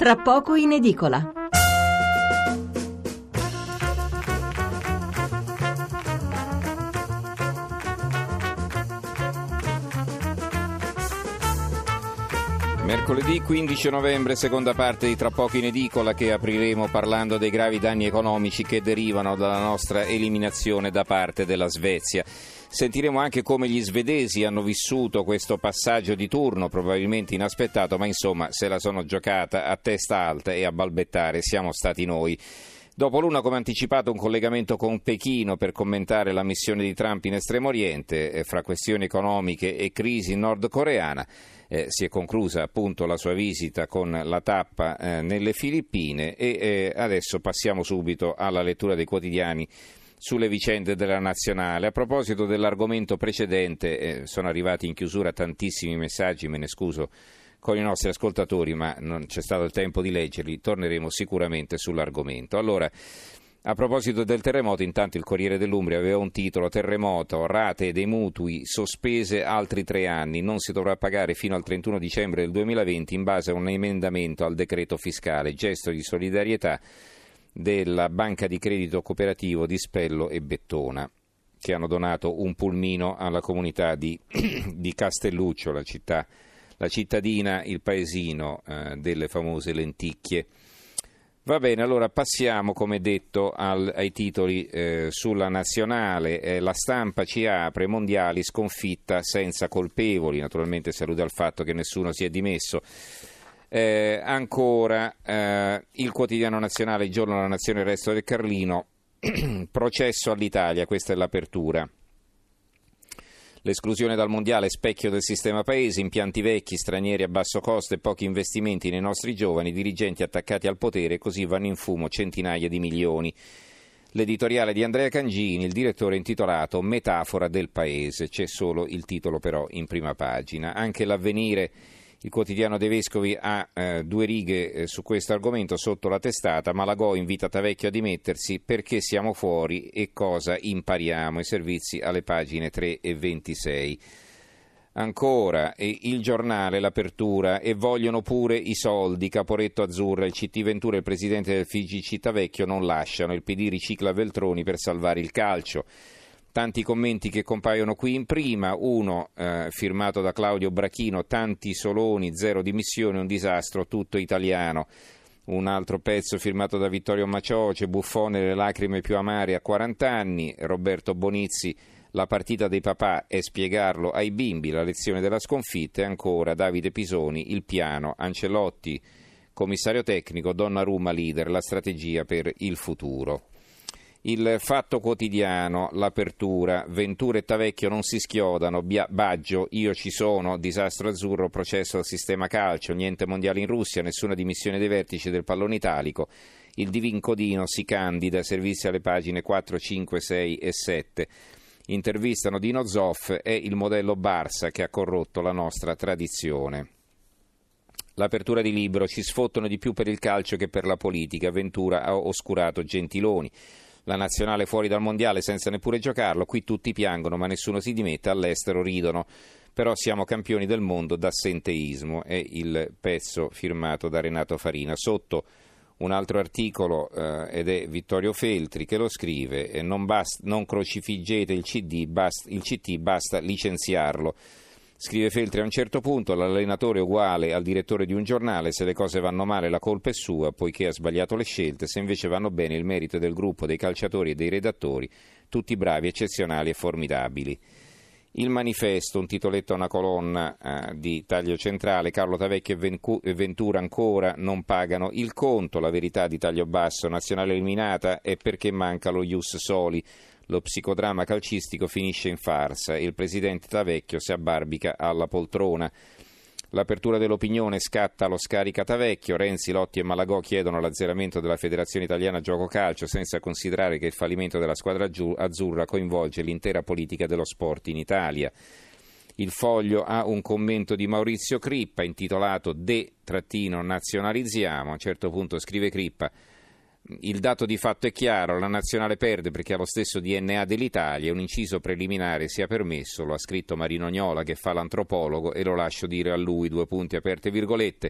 Tra poco in edicola. Mercoledì 15 novembre, seconda parte di Tra poco in edicola, che apriremo parlando dei gravi danni economici che derivano dalla nostra eliminazione da parte della Svezia. Sentiremo anche come gli svedesi hanno vissuto questo passaggio di turno, probabilmente inaspettato, ma insomma se la sono giocata a testa alta e a balbettare siamo stati noi. Dopo l'una, come anticipato, un collegamento con Pechino per commentare la missione di Trump in Estremo Oriente, fra questioni economiche e crisi nordcoreana. Si è conclusa appunto la sua visita con la tappa nelle Filippine e adesso passiamo subito alla lettura dei quotidiani sulle vicende della nazionale. A proposito dell'argomento precedente, sono arrivati in chiusura tantissimi messaggi, me ne scuso con i nostri ascoltatori, ma non c'è stato il tempo di leggerli, torneremo sicuramente sull'argomento. Allora, a proposito del terremoto, intanto il Corriere dell'Umbria aveva un titolo: terremoto, rate dei mutui sospese altri 3 anni, non si dovrà pagare fino al 31 dicembre del 2020 in base a un emendamento al decreto fiscale, gesto di solidarietà della Banca di Credito Cooperativo di Spello e Bettona, che hanno donato un pulmino alla comunità di Castelluccio, la cittadina, il paesino delle famose lenticchie. Va bene, allora passiamo, come detto, ai titoli sulla nazionale. La Stampa ci apre: mondiali, sconfitta senza colpevoli. Naturalmente si allude al fatto che nessuno si è dimesso. Ancora il quotidiano nazionale, il Giorno della Nazione, il Resto del Carlino, processo all'Italia, questa è l'apertura. L'esclusione dal mondiale, specchio del sistema paese, impianti vecchi, stranieri a basso costo e pochi investimenti nei nostri giovani, dirigenti attaccati al potere, così vanno in fumo centinaia di milioni. L'editoriale di Andrea Cangini, il direttore, intitolato Metafora del paese, c'è solo il titolo però in prima pagina. Anche l'Avvenire, il quotidiano dei vescovi, ha 2 righe su questo argomento sotto la testata: Malagò invita Tavecchio a dimettersi, perché siamo fuori e cosa impariamo, i servizi alle pagine 3 e 26. Ancora il Giornale, l'apertura: e vogliono pure i soldi, Caporetto Azzurra, il CT Ventura e il presidente del FIGC Tavecchio non lasciano, il PD ricicla Veltroni per salvare il calcio. Tanti commenti che compaiono qui in prima, uno firmato da Claudio Brachino: tanti Soloni, zero dimissioni, un disastro tutto italiano. Un altro pezzo firmato da Vittorio Macioce: Buffone, le lacrime più amare a 40 anni. Roberto Bonizzi: la partita dei papà è spiegarlo ai bimbi, la lezione della sconfitta. E ancora Davide Pisoni: il piano, Ancelotti commissario tecnico, Donnarumma leader, la strategia per il futuro. Il Fatto Quotidiano, l'apertura: Ventura e Tavecchio non si schiodano, Baggio, io ci sono, disastro azzurro, processo al sistema calcio, niente mondiali in Russia, nessuna dimissione dei vertici del pallone italico, il Divincodino si candida, servizi alle pagine 4, 5, 6 e 7. Intervistano Dino Zoff: è il modello Barça che ha corrotto la nostra tradizione. L'apertura di Libero: ci sfottono di più per il calcio che per la politica, Ventura ha oscurato Gentiloni. La nazionale fuori dal mondiale senza neppure giocarlo, qui tutti piangono ma nessuno si dimette, all'estero ridono, però siamo campioni del mondo d'assenteismo, è il pezzo firmato da Renato Farina. Sotto un altro articolo ed è Vittorio Feltri che lo scrive: non crocifiggete il CT, basta licenziarlo. Scrive Feltri: a un certo punto l'allenatore è uguale al direttore di un giornale, se le cose vanno male la colpa è sua, poiché ha sbagliato le scelte, se invece vanno bene il merito è del gruppo, dei calciatori e dei redattori, tutti bravi, eccezionali e formidabili. Il Manifesto, un titoletto a una colonna di taglio centrale: Carlo Tavecchio e Ventura ancora non pagano il conto, la verità di taglio basso, nazionale eliminata è perché manca lo ius soli. Lo psicodramma calcistico finisce in farsa e il presidente Tavecchio si abbarbica alla poltrona. L'apertura dell'Opinione: scatta lo scarica Tavecchio, Renzi, Lotti e Malagò chiedono l'azzeramento della Federazione Italiana Gioco Calcio, senza considerare che il fallimento della squadra azzurra coinvolge l'intera politica dello sport in Italia. Il Foglio ha un commento di Maurizio Crippa intitolato De-nazionalizziamo. A un certo punto scrive Crippa: Il dato di fatto è chiaro, la nazionale perde perché ha lo stesso DNA dell'Italia, un inciso preliminare sia permesso, lo ha scritto Marino Gnola che fa l'antropologo e lo lascio dire a lui, /,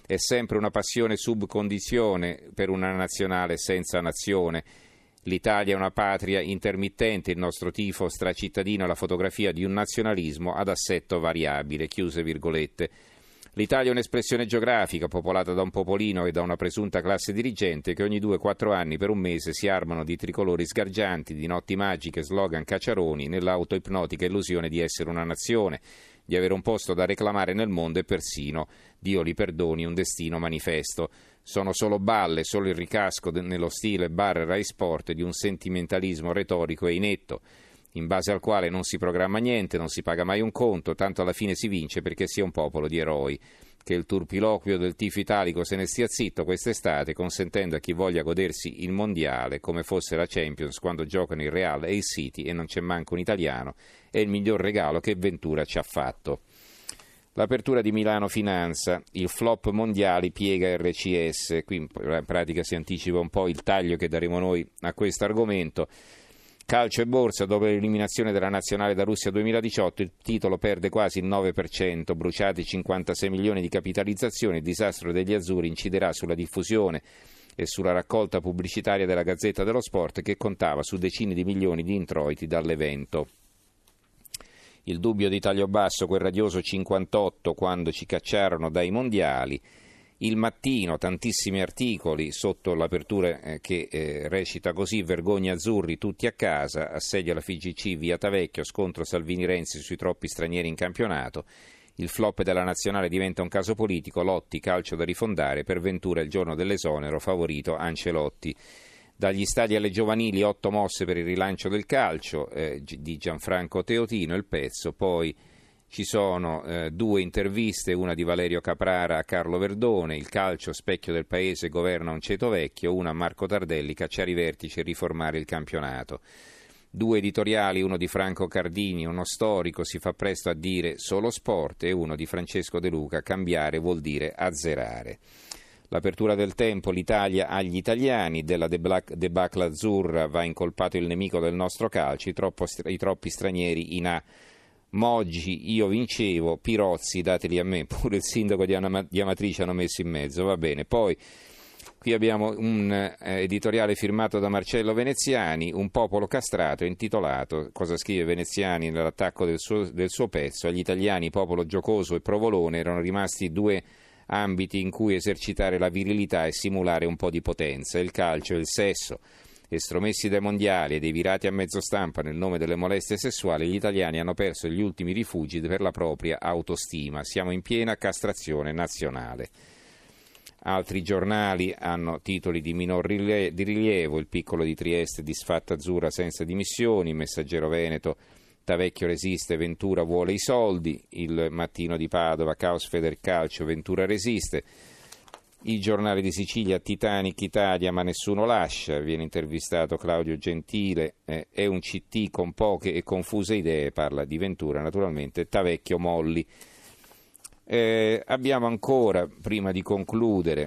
è sempre una passione sub condizione per una nazionale senza nazione. L'Italia è una patria intermittente, il nostro tifo stracittadino è la fotografia di un nazionalismo ad assetto variabile, chiuse virgolette. L'Italia è un'espressione geografica popolata da un popolino e da una presunta classe dirigente che ogni 2-4 anni per un mese si armano di tricolori sgargianti, di notti magiche, slogan cacciaroni, nell'autoipnotica illusione di essere una nazione, di avere un posto da reclamare nel mondo e persino, Dio li perdoni, un destino manifesto. Sono solo balle, solo il ricasco nello stile bar Rai Sport di un sentimentalismo retorico e inetto, in base al quale non si programma niente, non si paga mai un conto, tanto alla fine si vince perché si è un popolo di eroi. Che il turpiloquio del tifo italico se ne stia zitto quest'estate, consentendo a chi voglia godersi il mondiale come fosse la Champions quando giocano il Real e il City e non c'è manco un italiano, è il miglior regalo che Ventura ci ha fatto. L'apertura di Milano Finanza, il flop mondiali piega RCS, qui in pratica si anticipa un po' il taglio che daremo noi a questo argomento. Calcio e borsa, dopo l'eliminazione della nazionale da Russia 2018, il titolo perde quasi il 9%, bruciati 56 milioni di capitalizzazione, il disastro degli azzurri inciderà sulla diffusione e sulla raccolta pubblicitaria della Gazzetta dello Sport che contava su decine di milioni di introiti dall'evento. Il dubbio di taglio basso, quel radioso 58 quando ci cacciarono dai mondiali. Il Mattino, tantissimi articoli sotto l'apertura che recita così: vergogna azzurri, tutti a casa, assedio alla FIGC via Tavecchio, scontro Salvini-Renzi sui troppi stranieri in campionato, il flop della nazionale diventa un caso politico, Lotti, calcio da rifondare, per Ventura il giorno dell'esonero, favorito Ancelotti. Dagli stadi alle giovanili, 8 mosse per il rilancio del calcio, di Gianfranco Teotino il pezzo, poi ci sono 2 interviste, una di Valerio Caprara a Carlo Verdone, il calcio specchio del paese governa un ceto vecchio, una a Marco Tardelli, cacciare i vertici e riformare il campionato. 2 editoriali, uno di Franco Cardini, uno storico, si fa presto a dire solo sport, e uno di Francesco De Luca, cambiare vuol dire azzerare. L'apertura del Tempo, l'Italia agli italiani, della debacle azzurra va incolpato il nemico del nostro calcio, i troppi stranieri in A. Moggi, io vincevo, Pirozzi, dateli a me, pure il sindaco di Amatrice hanno messo in mezzo, va bene. Poi qui abbiamo un editoriale firmato da Marcello Veneziani, un popolo castrato, intitolato, cosa scrive Veneziani nell'attacco del suo pezzo, agli italiani popolo giocoso e provolone erano rimasti 2 ambiti in cui esercitare la virilità e simulare un po' di potenza, il calcio e il sesso. Estromessi dai mondiali e dei virati a mezzo stampa nel nome delle molestie sessuali, gli italiani hanno perso gli ultimi rifugi per la propria autostima. Siamo in piena castrazione nazionale. Altri giornali hanno titoli di minor rilievo, il Piccolo di Trieste, disfatta azzurra senza dimissioni, Messaggero Veneto, Tavecchio resiste, Ventura vuole i soldi, il Mattino di Padova, caos Federcalcio, Ventura resiste. Il Giornale di Sicilia, Titanic Italia ma nessuno lascia, viene intervistato Claudio Gentile, è un CT con poche e confuse idee, parla di Ventura naturalmente, Tavecchio molli. Abbiamo ancora, prima di concludere,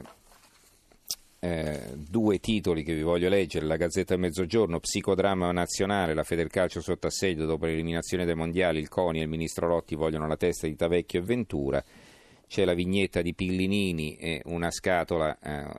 2 titoli che vi voglio leggere, la Gazzetta del Mezzogiorno, psicodramma nazionale, la Federcalcio sotto assedio dopo l'eliminazione dei mondiali, il CONI e il ministro Lotti vogliono la testa di Tavecchio e Ventura. C'è la vignetta di Pillinini e una scatola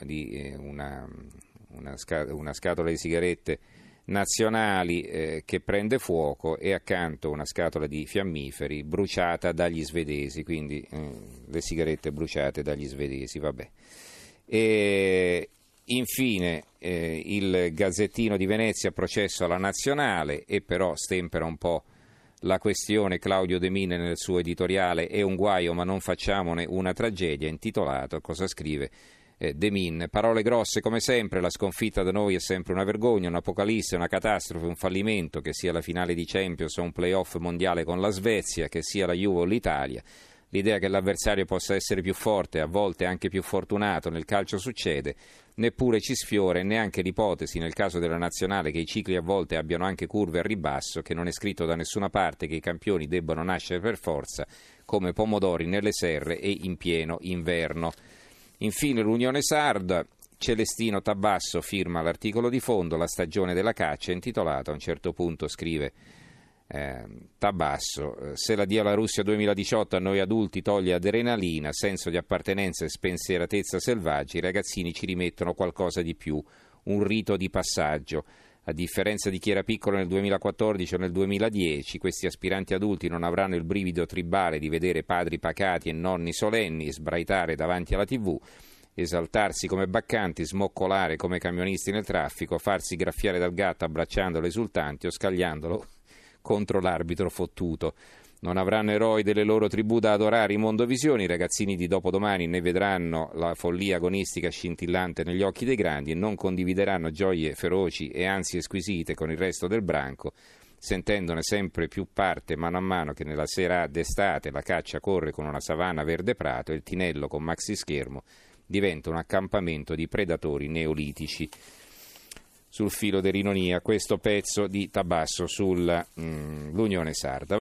una scatola di sigarette nazionali che prende fuoco e accanto una scatola di fiammiferi bruciata dagli svedesi, quindi le sigarette bruciate dagli svedesi, vabbè. E infine il Gazzettino di Venezia, processo alla nazionale, e però stempera un po' la questione Claudio De Mine nel suo editoriale, è un guaio ma non facciamone una tragedia, intitolato, cosa scrive De Mine, parole grosse come sempre, la sconfitta da noi è sempre una vergogna, un'apocalisse, una catastrofe, un fallimento, che sia la finale di Champions o un playoff mondiale con la Svezia, che sia la Juve o l'Italia. L'idea che l'avversario possa essere più forte, a volte anche più fortunato, nel calcio succede, neppure ci sfiora, e neanche l'ipotesi, nel caso della nazionale, che i cicli a volte abbiano anche curve a ribasso, che non è scritto da nessuna parte che i campioni debbano nascere per forza, come pomodori nelle serre e in pieno inverno. Infine l'Unione Sarda, Celestino Tabasso firma l'articolo di fondo, la stagione della caccia, intitolato, a un certo punto scrive Tabasso, se la dia la Russia 2018 a noi adulti toglie adrenalina, senso di appartenenza e spensieratezza selvaggi, i ragazzini ci rimettono qualcosa di più, un rito di passaggio. A differenza di chi era piccolo nel 2014 o nel 2010, questi aspiranti adulti non avranno il brivido tribale di vedere padri pacati e nonni solenni sbraitare davanti alla TV, esaltarsi come baccanti, smoccolare come camionisti nel traffico, farsi graffiare dal gatto abbracciandolo esultanti o scagliandolo contro l'arbitro fottuto. Non avranno eroi delle loro tribù da adorare in mondovisioni, i ragazzini di dopodomani ne vedranno la follia agonistica scintillante negli occhi dei grandi e non condivideranno gioie feroci e ansie squisite con il resto del branco, sentendone sempre più parte mano a mano che nella sera d'estate la caccia corre con una savana verde prato e il tinello con maxi schermo diventa un accampamento di predatori neolitici. Sul filo dell'ironia questo pezzo di Tabasso sull'Unione Sarda.